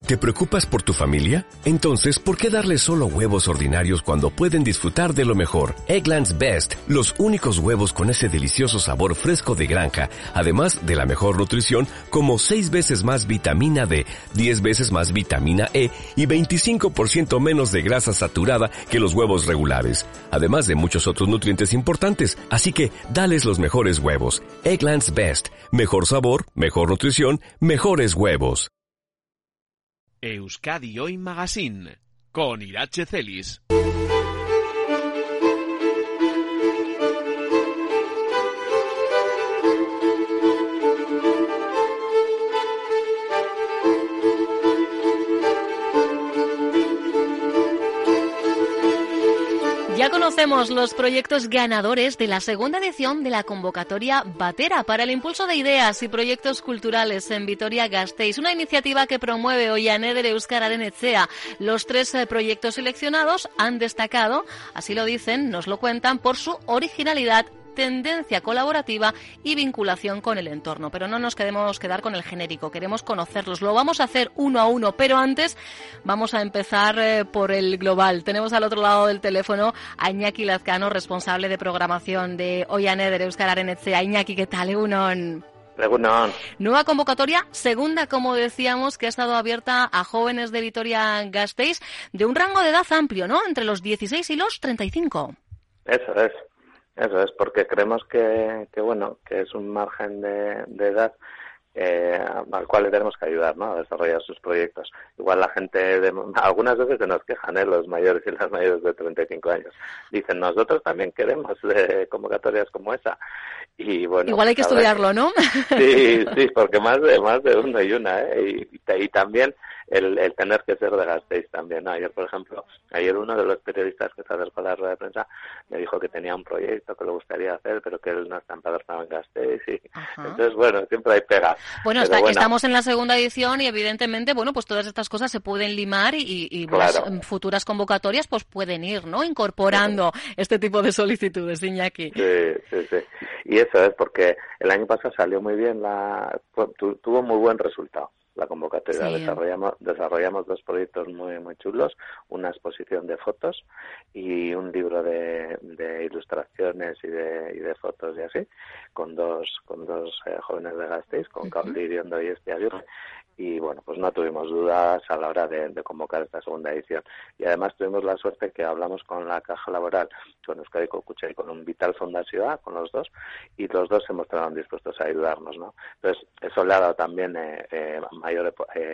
¿Te preocupas por tu familia? Entonces, ¿por qué darles solo huevos ordinarios cuando pueden disfrutar de lo mejor? Eggland's Best, los únicos huevos con ese delicioso sabor fresco de granja, además de la mejor nutrición, como 6 veces más vitamina D, 10 veces más vitamina E y 25% menos de grasa saturada que los huevos regulares, además de muchos otros nutrientes importantes. Así que, dales los mejores huevos. Eggland's Best, mejor sabor, mejor nutrición, mejores huevos. Euskadi Hoy Magazine, con Irache Celis. Ya conocemos los proyectos ganadores de la segunda edición de la convocatoria Batera para el impulso de ideas y proyectos culturales en Vitoria-Gasteiz, una iniciativa que promueve Oianeder Euskararen Etxea. Los 3 proyectos seleccionados han destacado, así lo dicen, nos lo cuentan, por su originalidad, tendencia colaborativa y vinculación con el entorno. Pero no nos queremos quedar con el genérico, queremos conocerlos. Lo vamos a hacer uno a uno, pero antes vamos a empezar por el global. Tenemos al otro lado del teléfono a Iñaki Lazcano, responsable de programación de Oianeder Euskararen Etxea. Iñaki, ¿qué tal? Egunon. Nueva convocatoria, segunda, como decíamos, que ha estado abierta a jóvenes de Vitoria-Gasteiz de un rango de edad amplio, ¿no? Entre los 16 y los 35. Eso es, porque creemos que es un margen de edad al cual le tenemos que ayudar, ¿no?, a desarrollar sus proyectos. Igual la gente, algunas veces se nos quejan, los mayores y las mayores de 35 años. Dicen, nosotros también queremos convocatorias como esa. Y bueno, igual hay que estudiarlo, ¿no? Sí, porque más de uno y una, y también el tener que ser de Gasteiz también, ¿no? Ayer, por ejemplo, uno de los periodistas que se acercó a la rueda de prensa me dijo que tenía un proyecto que le gustaría hacer, pero que él no está empadronado en Gasteiz. Entonces, bueno, siempre hay pegas. Bueno, estamos en la segunda edición y evidentemente, bueno, pues todas estas cosas se pueden limar y claro, las futuras convocatorias pues pueden ir, ¿no?, incorporando este tipo de solicitudes, Iñaki. Sí. Y eso es porque el año pasado salió muy bien, tuvo muy buen resultado la convocatoria. Sí. Desarrollamos 2 proyectos muy muy chulos, una exposición de fotos y un libro de ilustraciones y de fotos y así, con dos jóvenes de Gasteiz, con Carlos Iriondo y Esti Aguirre. Y bueno, pues no tuvimos dudas a la hora de convocar esta segunda edición. Y además tuvimos la suerte que hablamos con la Caja Laboral, con Euskadi Cocucha y con un Vital Fundación, con los dos, y los dos se mostraron dispuestos a ayudarnos, ¿no? Entonces, eso le ha dado también mayor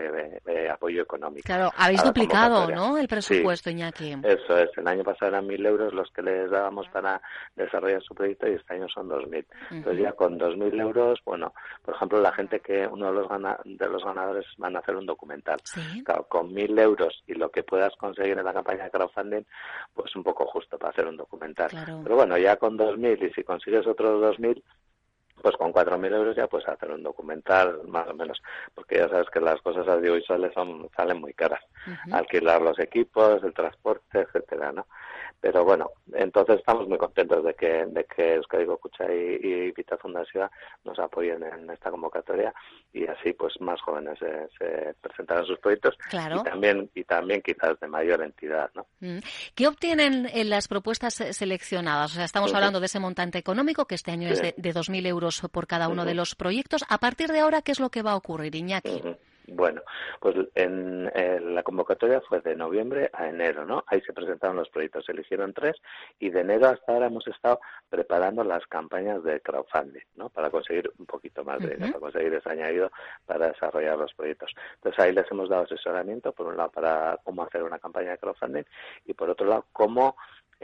apoyo económico. Claro, habéis duplicado, ¿no?, el presupuesto, sí. Iñaki. Eso es, el año pasado eran 1.000 euros los que les dábamos para desarrollar su proyecto y este año son 2.000. Entonces ya con 2.000 euros, bueno, por ejemplo, la gente que uno de los ganadores van a hacer un documental. ¿Sí? Claro, con 1.000 euros y lo que puedas conseguir en la campaña de crowdfunding, pues un poco justo para hacer un documental. Claro. Pero bueno, ya con 2.000 y si consigues otros 2.000, pues con 4.000 euros ya puedes hacer un documental, más o menos, porque ya sabes que las cosas audiovisuales salen muy caras. Alquilar los equipos, el transporte, etcétera, ¿no? Pero bueno, entonces estamos muy contentos de que Euskadi Cocucha y Vital Fundación nos apoyen en esta convocatoria y así pues más jóvenes se presentarán sus proyectos. Claro. y también quizás de mayor entidad, ¿no? ¿Qué obtienen en las propuestas seleccionadas? O sea, estamos hablando de ese montante económico que este año es de 2.000 euros por cada uno de los proyectos. A partir de ahora, ¿qué es lo que va a ocurrir, Iñaki? Bueno, pues en la convocatoria fue de noviembre a enero, ¿no? Ahí se presentaron los proyectos, se eligieron 3 y de enero hasta ahora hemos estado preparando las campañas de crowdfunding, ¿no? Para conseguir un poquito más de dinero, para conseguir ese añadido para desarrollar los proyectos. Entonces ahí les hemos dado asesoramiento, por un lado para cómo hacer una campaña de crowdfunding y por otro lado cómo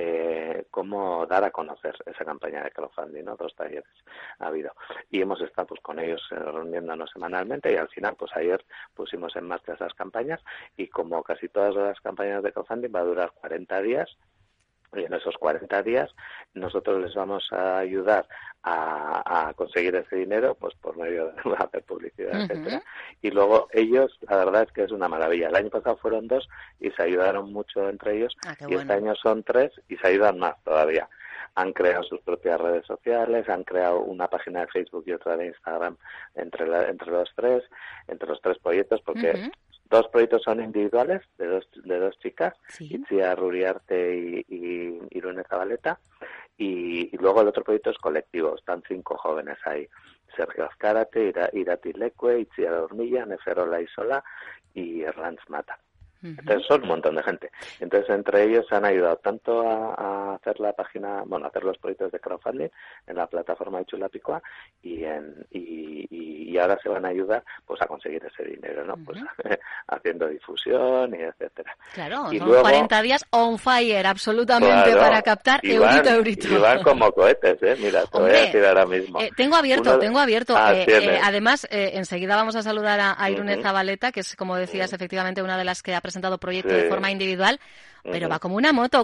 dar a conocer esa campaña de crowdfunding, ¿no? 2 talleres ha habido. Y hemos estado pues con ellos reuniéndonos semanalmente y al final pues ayer pusimos en marcha esas campañas y como casi todas las campañas de crowdfunding va a durar 40 días y en esos 40 días nosotros les vamos a ayudar a conseguir ese dinero pues por medio de hacer publicidad, etcétera. Y luego ellos, la verdad es que es una maravilla. El año pasado fueron 2 y se ayudaron mucho entre ellos y bueno, este año son 3 y se ayudan más todavía. Han creado sus propias redes sociales, han creado una página de Facebook y otra de Instagram entre los tres proyectos porque 2 proyectos son individuales de dos chicas, Sí. Itziar Ruriarte y Irune Zabaleta, y luego el otro proyecto es colectivo, están 5 jóvenes ahí. Sergio Azcárate, Irati Leque, Itziar Hormilla, Neferola Isola y Erlans Mata. Entonces son un montón de gente. Entonces entre ellos se han ayudado tanto a hacer la página, bueno, a hacer los proyectos de crowdfunding en la plataforma de Chulapicua y ahora se van a ayudar pues a conseguir ese dinero, ¿no? Pues haciendo difusión y etcétera. Claro, y son luego, 40 días on fire absolutamente para captar eurito. Y van como cohetes, mira, te voy a decir ahora mismo. Tengo abierto. Además, enseguida vamos a saludar a Irune Zabaleta, que es, como decías, efectivamente una de las que ha presentado proyectos de forma individual, pero va como una moto,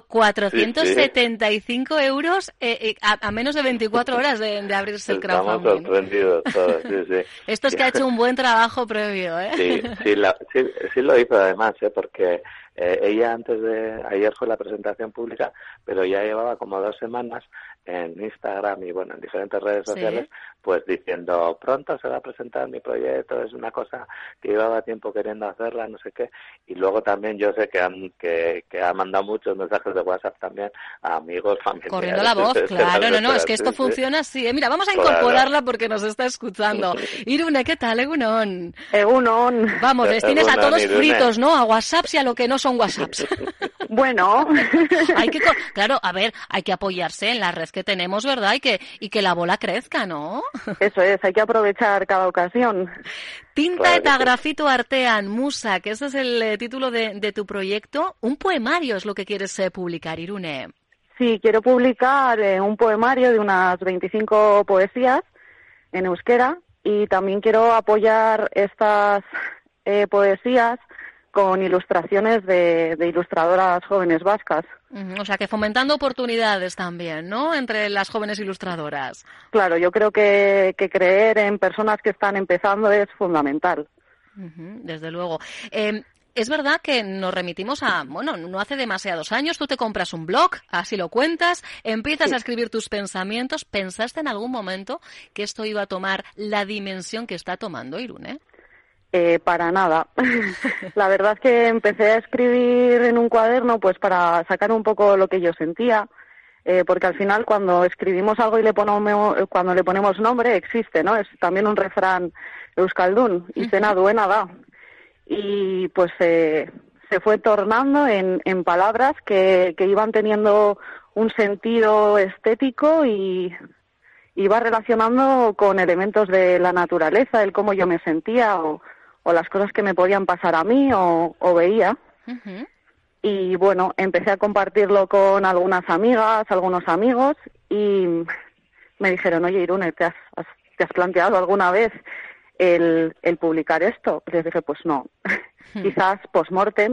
475 euros a menos de 24 horas de abrirse el crowdfunding. Estamos sorprendidos todos, sí. Esto es que ha hecho un buen trabajo previo, ¿eh? Sí lo hizo además, porque ella ayer fue la presentación pública, pero ya llevaba como 2 semanas en Instagram y bueno, en diferentes redes sociales, pues diciendo, pronto se va a presentar mi proyecto, es una cosa que llevaba tiempo queriendo hacerla, no sé qué, y luego también yo sé que ha mandado muchos mensajes de WhatsApp también a amigos, familiares. Corriendo la voz, claro, es que esto funciona así, Mira, vamos a incorporarla porque nos está escuchando. Irune, ¿qué tal, Egunon? Egunon. Vamos, les tienes a todos fritos, ¿no? A WhatsApps y a lo que no son WhatsApps. Bueno. Claro, a ver, hay que apoyarse en la red que tenemos, ¿verdad? Y que la bola crezca, ¿no? Eso es, hay que aprovechar cada ocasión. Tinta eta grafito artean, Musa, que ese es el título de tu proyecto. Un poemario es lo que quieres publicar, Irune. Sí, quiero publicar un poemario de unas 25 poesías en euskera y también quiero apoyar estas poesías con ilustraciones de ilustradoras jóvenes vascas. O sea, que fomentando oportunidades también, ¿no?, entre las jóvenes ilustradoras. Claro, yo creo que creer en personas que están empezando es fundamental. Desde luego. Es verdad que nos remitimos no hace demasiados años, tú te compras un blog, así lo cuentas, empiezas a escribir tus pensamientos. ¿Pensaste en algún momento que esto iba a tomar la dimensión que está tomando, Irune? Para nada. La verdad es que empecé a escribir en un cuaderno pues para sacar un poco lo que yo sentía, porque al final cuando escribimos algo y cuando le ponemos nombre existe, ¿no? Es también un refrán euskaldun, izena duena da. Y pues se fue tornando en palabras que iban teniendo un sentido estético y iba relacionando con elementos de la naturaleza, el cómo yo me sentía o las cosas que me podían pasar a mí o veía. Y bueno, empecé a compartirlo con algunas amigas, algunos amigos y me dijeron, oye Irune, ¿te has planteado alguna vez el publicar esto? Y les dije, pues no, quizás post-mortem.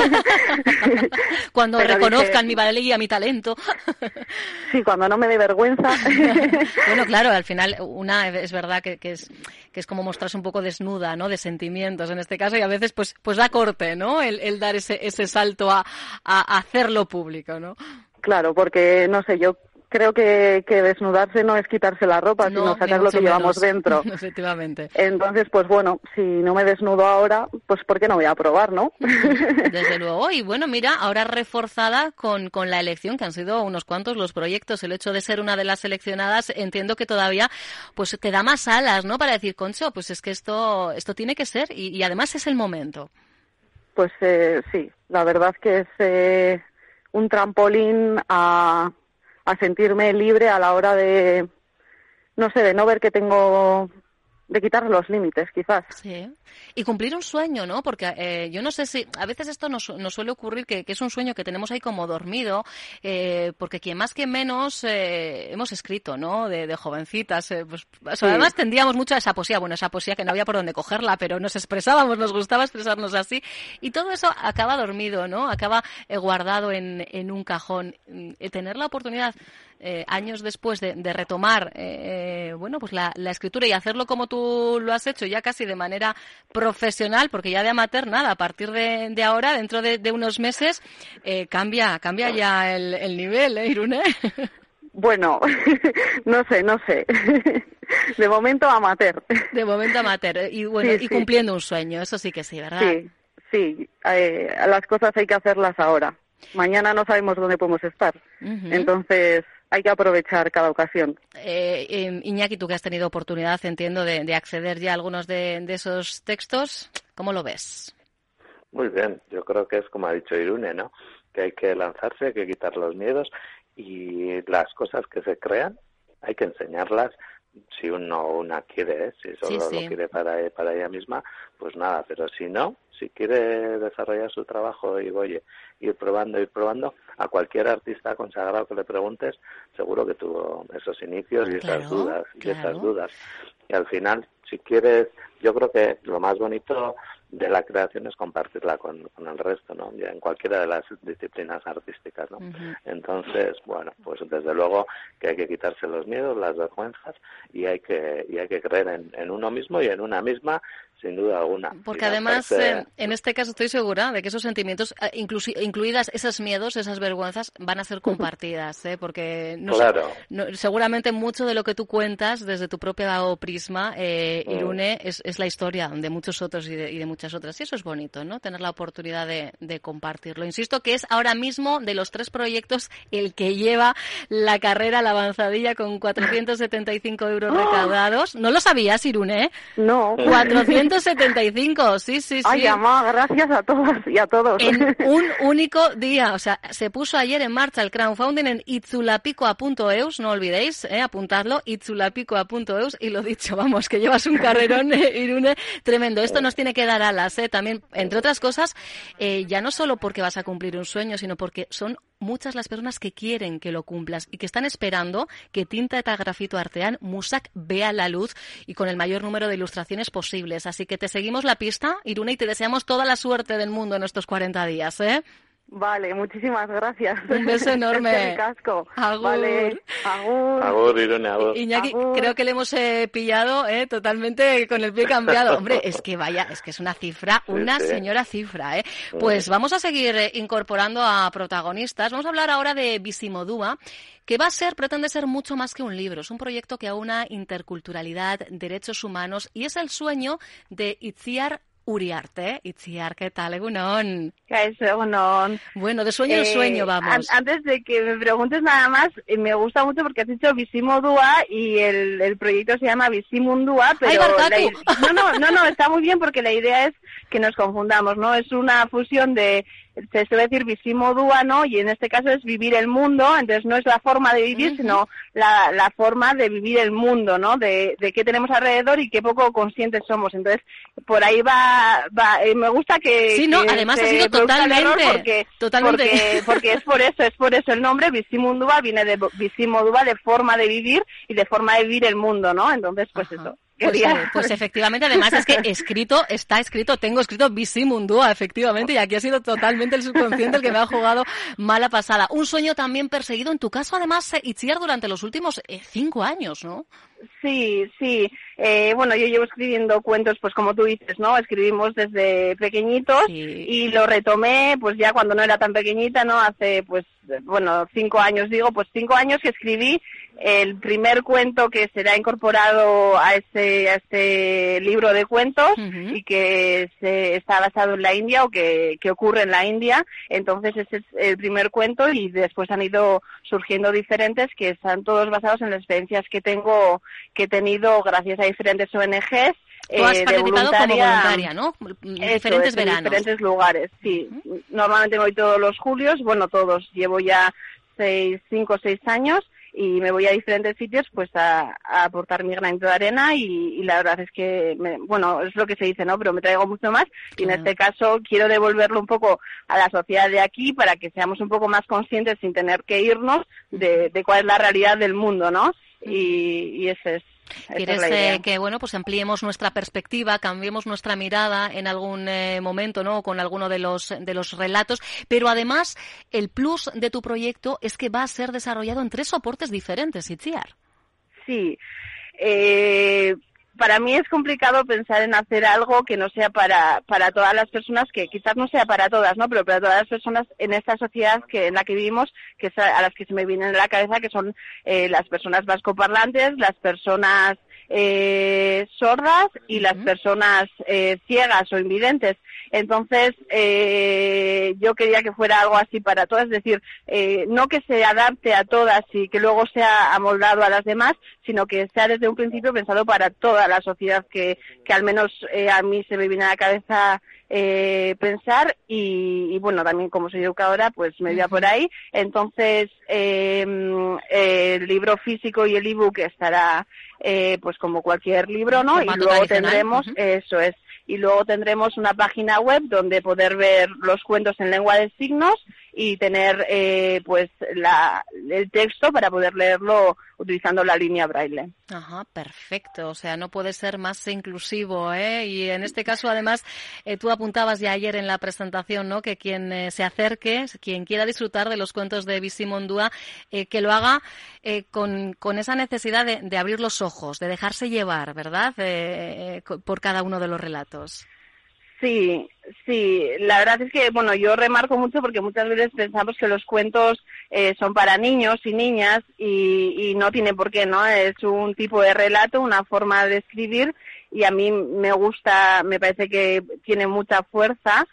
Cuando reconozcan mi valía, mi talento. Sí, cuando no me dé vergüenza. Bueno, claro, al final es verdad que es como mostrarse un poco desnuda, ¿no?, de sentimientos en este caso, y a veces pues da corte, ¿no?, el dar ese salto a hacerlo público, ¿no? Claro, porque no sé, yo creo que desnudarse no es quitarse la ropa, sino sacar lo que llevamos dentro. Efectivamente. Entonces, pues bueno, si no me desnudo ahora, pues ¿por qué no voy a probar, no? Desde luego. Y bueno, mira, ahora reforzada con la elección, que han sido unos cuantos los proyectos, el hecho de ser una de las seleccionadas, entiendo que todavía pues te da más alas, ¿no?, para decir, Concho, pues es que esto tiene que ser y además es el momento. Pues sí, la verdad que es un trampolín a sentirme libre a la hora de no ver que tengo, de quitar los límites, quizás. Sí. Y cumplir un sueño, ¿no? Porque yo no sé si a veces esto nos suele ocurrir que es un sueño que tenemos ahí como dormido, porque quien más que menos hemos escrito, ¿no?, de jovencitas. Sí. Además tendíamos mucho a esa poesía que no había por dónde cogerla, pero nos expresábamos, nos gustaba expresarnos así. Y todo eso acaba dormido, ¿no? Acaba guardado en un cajón. Tener la oportunidad años después de retomar pues la escritura y hacerlo como tú lo has hecho, ya casi de manera profesional, porque ya de amateur nada, a partir de ahora, dentro de unos meses, cambia ya el nivel, Irune. Bueno, no sé. De momento amateur. De momento amateur. Y bueno, sí. Y cumpliendo un sueño, eso sí que sí, ¿verdad? sí, las cosas hay que hacerlas ahora. Mañana no sabemos dónde podemos estar. Entonces hay que aprovechar cada ocasión. Iñaki, tú que has tenido oportunidad, entiendo, de acceder ya a algunos de esos textos, ¿cómo lo ves? Muy bien, yo creo que es como ha dicho Irune, ¿no? Que hay que lanzarse, hay que quitar los miedos y las cosas que se crean hay que enseñarlas. Si una quiere, si solo lo quiere para ella misma, pues nada, pero si no, si quiere desarrollar su trabajo y oye, ir probando, a cualquier artista consagrado que le preguntes, seguro que tuvo esos inicios y esas dudas. Y al final, si quieres, yo creo que lo más bonito de la creación es compartirla con el resto, ¿no? Ya en cualquiera de las disciplinas artísticas, ¿no? Entonces, bueno, pues desde luego que hay que quitarse los miedos, las vergüenzas y hay que creer en uno mismo y en una misma, sin duda alguna. Porque además, en este caso estoy segura de que esos sentimientos, incluidas esos miedos, esas vergüenzas, van a ser compartidas, porque seguramente mucho de lo que tú cuentas desde tu propio prisma, Irune, es la historia de muchos otros y de muchas otras. Y eso es bonito, ¿no? Tener la oportunidad de compartirlo. Insisto que es ahora mismo, de los 3 proyectos, el que lleva la carrera, la avanzadilla, con 475 euros recaudados. ¿No lo sabías, Irune? No. 475, sí. Ay, mamá, gracias a todas y a todos. En un único día, o sea, se puso ayer en marcha el crowdfunding en itzulapicoa.eus, no olvidéis, apuntadlo, itzulapicoa.eus, y lo dicho, vamos, que llevas un carrerón, Irune, tremendo. Esto nos tiene que dar alas, también, entre otras cosas, ya no solo porque vas a cumplir un sueño, sino porque son muchas las personas que quieren que lo cumplas y que están esperando que Tinta eta Grafito Artean Musak vea la luz y con el mayor número de ilustraciones posibles. Así que te seguimos la pista, Irune, y te deseamos toda la suerte del mundo en estos 40 días, Vale, muchísimas gracias. Un beso enorme. Casco. Agur. Vale, agur. Agur, Irune, agur. Iñaki, agur. creo que le hemos pillado totalmente con el pie cambiado. Hombre, es que es una cifra, señora cifra, Pues vamos a seguir incorporando a protagonistas. Vamos a hablar ahora de Bizimodua, que pretende ser mucho más que un libro. Es un proyecto que aúna interculturalidad, derechos humanos y es el sueño de Itziar Uriarte. Itziar, ¿qué tal? Egunon. Egunon. Bueno, de sueño en sueño, vamos. Antes de que me preguntes nada más, me gusta mucho porque has dicho Bizimodua y el proyecto se llama Bizimundua, pero... ¡Ay, No, está muy bien porque la idea es que nos confundamos, ¿no? Es una fusión de... Se suele decir Bizimodua, ¿no? Y en este caso es vivir el mundo, entonces no es la forma de vivir, sino la forma de vivir el mundo, ¿no? De qué tenemos alrededor y qué poco conscientes somos. Entonces, por ahí va me gusta que... Sí, no, además ha sido totalmente... Porque es por eso el nombre, Bizimundua, viene de Bizimodua, de forma de vivir y de forma de vivir el mundo, ¿no? Entonces, pues eso. Pues efectivamente, además es que está escrito, tengo escrito Bizimundua, efectivamente, y aquí ha sido totalmente el subconsciente el que me ha jugado mala pasada. Un sueño también perseguido, en tu caso, además, Itziar, durante los últimos 5 años, ¿no? Sí. Bueno, yo llevo escribiendo cuentos, pues como tú dices, ¿no? Escribimos desde pequeñitos y lo retomé, pues ya cuando no era tan pequeñita, ¿no? Hace, 5 años, 5 años que escribí el primer cuento que será incorporado a este libro de cuentos y que está basado en la India o que ocurre en la India. Entonces ese es el primer cuento y después han ido surgiendo diferentes que están todos basados en las experiencias que he tenido gracias a diferentes ONGs. Tú has participado como voluntaria, ¿no? Diferentes veranos. En diferentes lugares, sí. Normalmente me voy todos los julios, todos. Llevo ya 5 o 6 años y me voy a diferentes sitios pues a aportar mi granito de arena y la verdad es que, es lo que se dice, ¿no? Pero me traigo mucho más y en este caso quiero devolverlo un poco a la sociedad de aquí para que seamos un poco más conscientes sin tener que irnos de cuál es la realidad del mundo, ¿no? Y ese es. ¿Quieres que pues ampliemos nuestra perspectiva, cambiemos nuestra mirada en algún momento, ¿no? Con alguno de los relatos, pero además el plus de tu proyecto es que va a ser desarrollado en 3 soportes diferentes, Itziar. Sí. para mí es complicado pensar en hacer algo que no sea para todas las personas, que quizás no sea para todas, ¿no? Pero para todas las personas en esta sociedad en la que vivimos, que es a las que se me vienen a la cabeza, que son las personas vascoparlantes, las personas sordas y las personas ciegas o invidentes. Entonces, yo quería que fuera algo así para todas, es decir, no que se adapte a todas y que luego sea amoldado a las demás, sino que sea desde un principio pensado para toda la sociedad, que al menos a mí se me viene a la cabeza pensar, y bueno, también como soy educadora, pues me voy por ahí. Entonces, el libro físico y el ebook estará pues como cualquier libro, ¿no? Y luego tendremos, eso es, y luego tendremos una página web donde poder ver los cuentos en lengua de signos y tener pues el texto para poder leerlo utilizando la línea braille. Ajá, perfecto. O sea, no puede ser más inclusivo, ¿eh? Y en este caso, además, tú apuntabas ya ayer en la presentación, ¿no? Que quien se acerque, quien quiera disfrutar de los cuentos de Bizimundua, que lo haga con esa necesidad de abrir los ojos, de dejarse llevar, ¿verdad? Por cada uno de los relatos. Sí, la verdad es que, bueno, yo remarco mucho porque muchas veces pensamos que los cuentos son para niños y niñas y no tiene por qué, ¿no? Es un tipo de relato, una forma de escribir, y a mí me gusta, me parece que tiene mucha fuerza.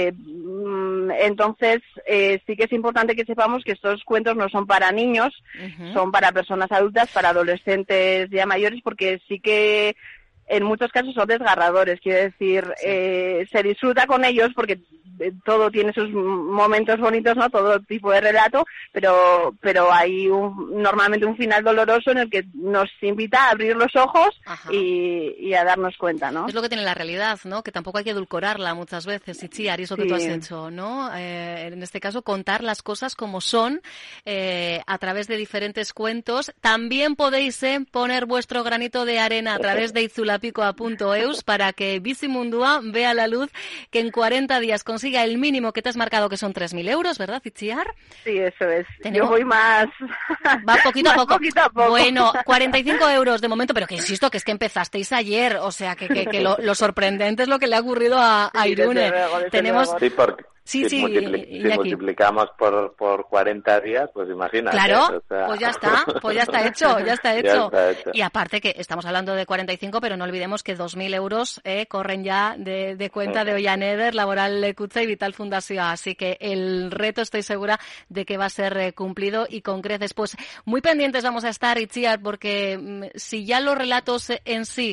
Entonces, sí que es importante que sepamos que estos cuentos no son para niños, son para personas adultas, para adolescentes ya mayores, porque sí que en muchos casos son desgarradores, quiero decir, se disfruta con ellos porque todo tiene sus momentos bonitos, ¿no? Todo tipo de relato, pero hay normalmente un final doloroso en el que nos invita a abrir los ojos y a darnos cuenta, ¿no? Es lo que tiene la realidad, ¿no? Que tampoco hay que edulcorarla muchas veces, Itziar, y es lo que tú has hecho, ¿no? En este caso, contar las cosas como son a través de diferentes cuentos. También podéis poner vuestro granito de arena a través de izulapicoa.eus para que Bizimundua vea la luz, que en 40 días consiga el mínimo que te has marcado, que son 3.000 euros, ¿verdad, Itziar? Sí, eso es. Yo voy más... Va poquito a poco. Poquito a poco. Bueno, 45 euros de momento, pero que insisto, que es que empezasteis ayer, o sea, que lo sorprendente es lo que le ha ocurrido a Irune. Tenemos... Sí, porque si multiplicamos por 40 días, pues imagínate. Claro, o sea... pues ya está hecho. Ya está hecho. Y aparte que estamos hablando de 45, pero no olvidemos que 2.000 euros corren ya de cuenta de Ollaneder, Laboral Lekutza y Vital Fundación. Así que el reto estoy segura de que va a ser cumplido y con creces. Pues muy pendientes vamos a estar, Itziar, porque si ya los relatos en sí,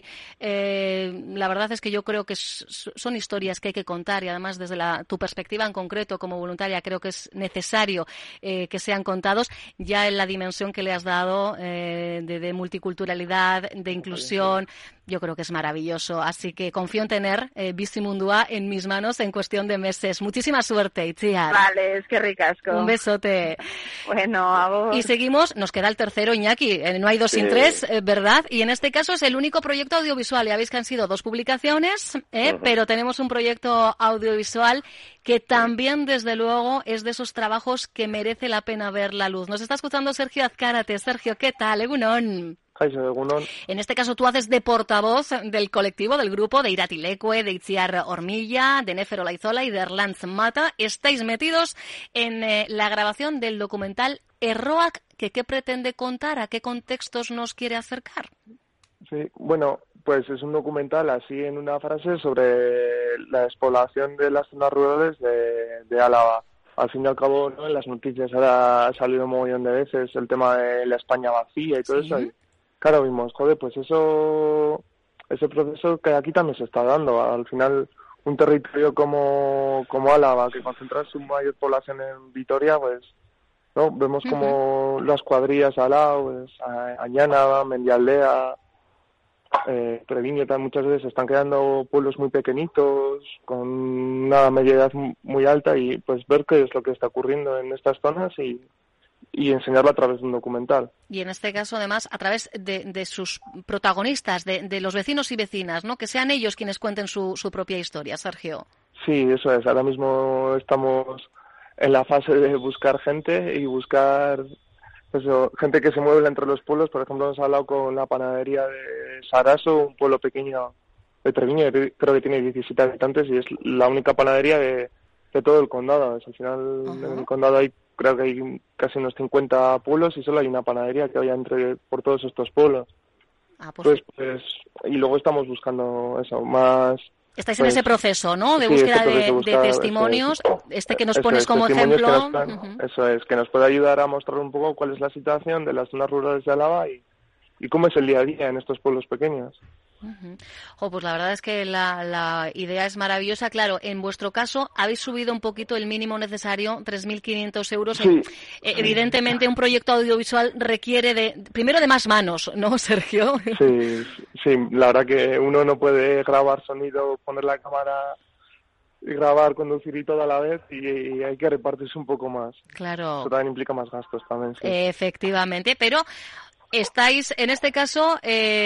la verdad es que yo creo que son historias que hay que contar, y además desde tu perspectiva en concreto como voluntaria creo que es necesario que sean contados, ya en la dimensión que le has dado de multiculturalidad, de inclusión, yo creo que es maravilloso. Así que confío en tener Bizimundua en mis manos en cuestión de meses. Muchísima suerte, Itziar. Vale, es que ricasco. Un besote. Bueno, a vos. Y seguimos, nos queda el tercero, Iñaki. No hay dos sin tres, ¿verdad? Y en este caso es el único proyecto audiovisual. Ya veis que han sido 2 publicaciones, pero tenemos un proyecto audiovisual que también, desde luego, es de esos trabajos que merece la pena ver la luz. Nos está escuchando Sergio Azcárate. Sergio, ¿qué tal? Egunon. En este caso tú haces de portavoz del colectivo, del grupo de Irati Leque, de Itziar Hormilla, de Nefer Olaizola y de Erlantz Mata. Estáis metidos en la grabación del documental Erroak, que ¿qué pretende contar? ¿A qué contextos nos quiere acercar? Sí, bueno, pues es un documental así en una frase sobre la despoblación de las zonas rurales de Álava. Al fin y al cabo, ¿no? En las noticias ahora ha salido un montón de veces el tema de la España vacía y todo eso. Y claro, vimos, pues ese proceso que aquí también se está dando. Al final, un territorio como Álava, que concentra su mayor población en Vitoria, pues no vemos como las cuadrillas al lado, pues, Añana, Mendialdea, Treviño, muchas veces están quedando pueblos muy pequeñitos, con una media edad muy alta, y pues ver qué es lo que está ocurriendo en estas zonas y enseñarlo a través de un documental. Y en este caso, además, a través de sus protagonistas, de los vecinos y vecinas, ¿no? Que sean ellos quienes cuenten su propia historia, Sergio. Sí, eso es. Ahora mismo estamos en la fase de buscar gente y buscar pues gente que se mueve entre los pueblos. Por ejemplo, hemos hablado con la panadería de Saraso, un pueblo pequeño de Treviño, creo que tiene 17 habitantes y es la única panadería de todo el condado. Al final, en el condado creo que hay casi unos 50 pueblos y solo hay una panadería que vaya por todos estos pueblos. Pues, y luego estamos buscando eso, más... Estáis en ese proceso, ¿no? De búsqueda de testimonios, que nos pones como ejemplo. Eso es, que nos puede ayudar a mostrar un poco cuál es la situación de las zonas rurales de Álava y cómo es el día a día en estos pueblos pequeños. Pues la verdad es que la idea es maravillosa. Claro, en vuestro caso habéis subido un poquito el mínimo necesario, 3.500 euros. Sí. Evidentemente un proyecto audiovisual requiere primero de más manos, ¿no, Sergio? Sí, la verdad que uno no puede grabar sonido, poner la cámara y grabar, conducir y todo a la vez, y hay que repartirse un poco más. Claro. Eso también implica más gastos también. Sí. Efectivamente, pero... Estáis, en este caso,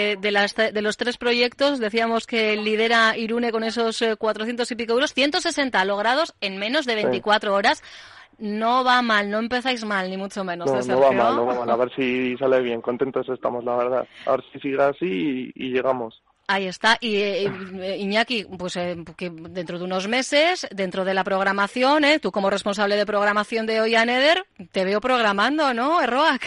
de los 3 proyectos, decíamos que lidera Irune con esos 400 y pico euros, 160 logrados en menos de 24 horas. No va mal, no empezáis mal, ni mucho menos. No va mal. A ver si sale bien. Contentos estamos, la verdad. A ver si sigue así y llegamos. Ahí está. Y Iñaki, pues que dentro de unos meses, dentro de la programación, tú como responsable de programación de Oia Neder, te veo programando, ¿no, Erroak?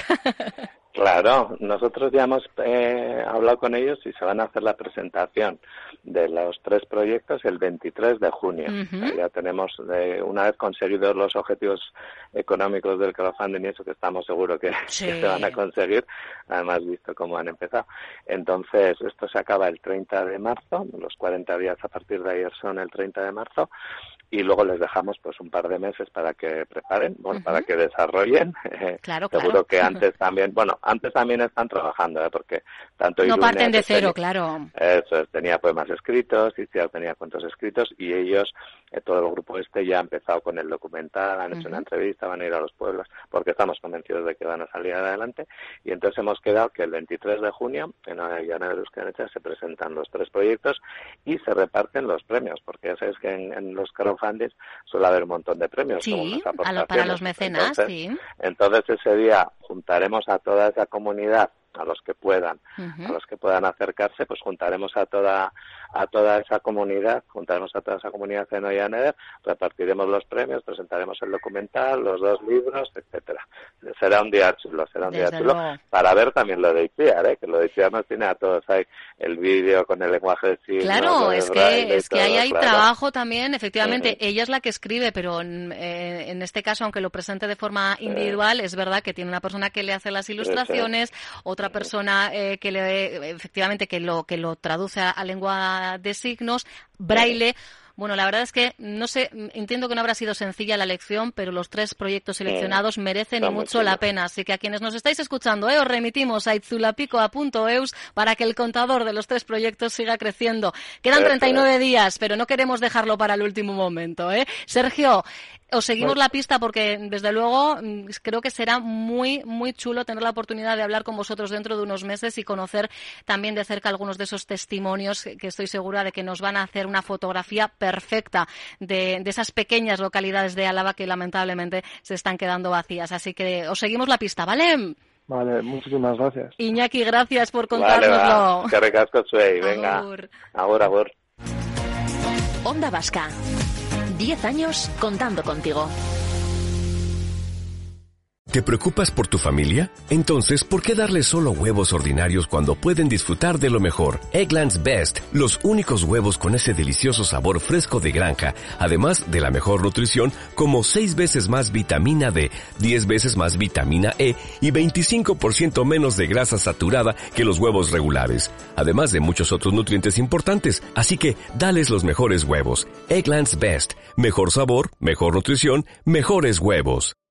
Claro, nosotros ya hemos hablado con ellos y se van a hacer la presentación de los 3 proyectos el 23 de junio. Ya tenemos, una vez conseguidos los objetivos económicos del crowdfunding y eso que estamos seguros que se van a conseguir, además visto cómo han empezado. Entonces, esto se acaba el 30 de marzo, los 40 días a partir de ayer son el 30 de marzo, y luego les dejamos pues un par de meses para que preparen, para que desarrollen. Seguro que antes también están trabajando, porque tanto no parten de cero, claro. Eso es, tenía poemas escritos, Iciar tenía cuentos escritos, y ellos, todo el grupo ya ha empezado con el documental, han hecho una entrevista, van a ir a los pueblos, porque estamos convencidos de que van a salir adelante, y entonces hemos quedado que el 23 de junio en Oia Neder Euskal Etxea se presentan los 3 proyectos y se reparten los premios, porque ya sabes que en los crowdfunding suele haber un montón de premios. Sí, para los mecenas, Entonces ese día juntaremos a toda esa comunidad, a los que puedan, acercarse, pues juntaremos a toda esa comunidad en Oia Neder, repartiremos los premios, presentaremos el documental, los 2 libros, etcétera. Será un día chulo, para ver también lo de Iciar, que lo de Iciar nos tiene a todos. Hay el vídeo con el lenguaje de signos. Claro, es que ahí hay trabajo también, efectivamente. Ella es la que escribe, pero en este caso, aunque lo presente de forma individual, es verdad que tiene una persona que le hace las ilustraciones, otra persona efectivamente que lo traduce a lengua de signos, braille. Bueno, la verdad es que no sé, entiendo que no habrá sido sencilla la elección, pero los 3 proyectos seleccionados merecen y mucho la pena. Así que a quienes nos estáis escuchando, os remitimos a itzulapicoa.eus para que el contador de los 3 proyectos siga creciendo. Quedan 39 días, pero no queremos dejarlo para el último momento, Sergio, os seguimos la pista porque, desde luego, creo que será muy, muy chulo tener la oportunidad de hablar con vosotros dentro de unos meses y conocer también de cerca algunos de esos testimonios que estoy segura de que nos van a hacer una fotografía perfecta de esas pequeñas localidades de Álava que lamentablemente se están quedando vacías. Así que os seguimos la pista, ¿vale? Vale, muchísimas gracias. Iñaki, gracias por contárnoslo. Vale, que recasco suey, venga. Agur. Onda Vasca. 10 años contando contigo. ¿Te preocupas por tu familia? Entonces, ¿por qué darles solo huevos ordinarios cuando pueden disfrutar de lo mejor? Eggland's Best, los únicos huevos con ese delicioso sabor fresco de granja, además de la mejor nutrición, como 6 veces más vitamina D, 10 veces más vitamina E y 25% menos de grasa saturada que los huevos regulares, además de muchos otros nutrientes importantes. Así que, dales los mejores huevos. Eggland's Best, mejor sabor, mejor nutrición, mejores huevos.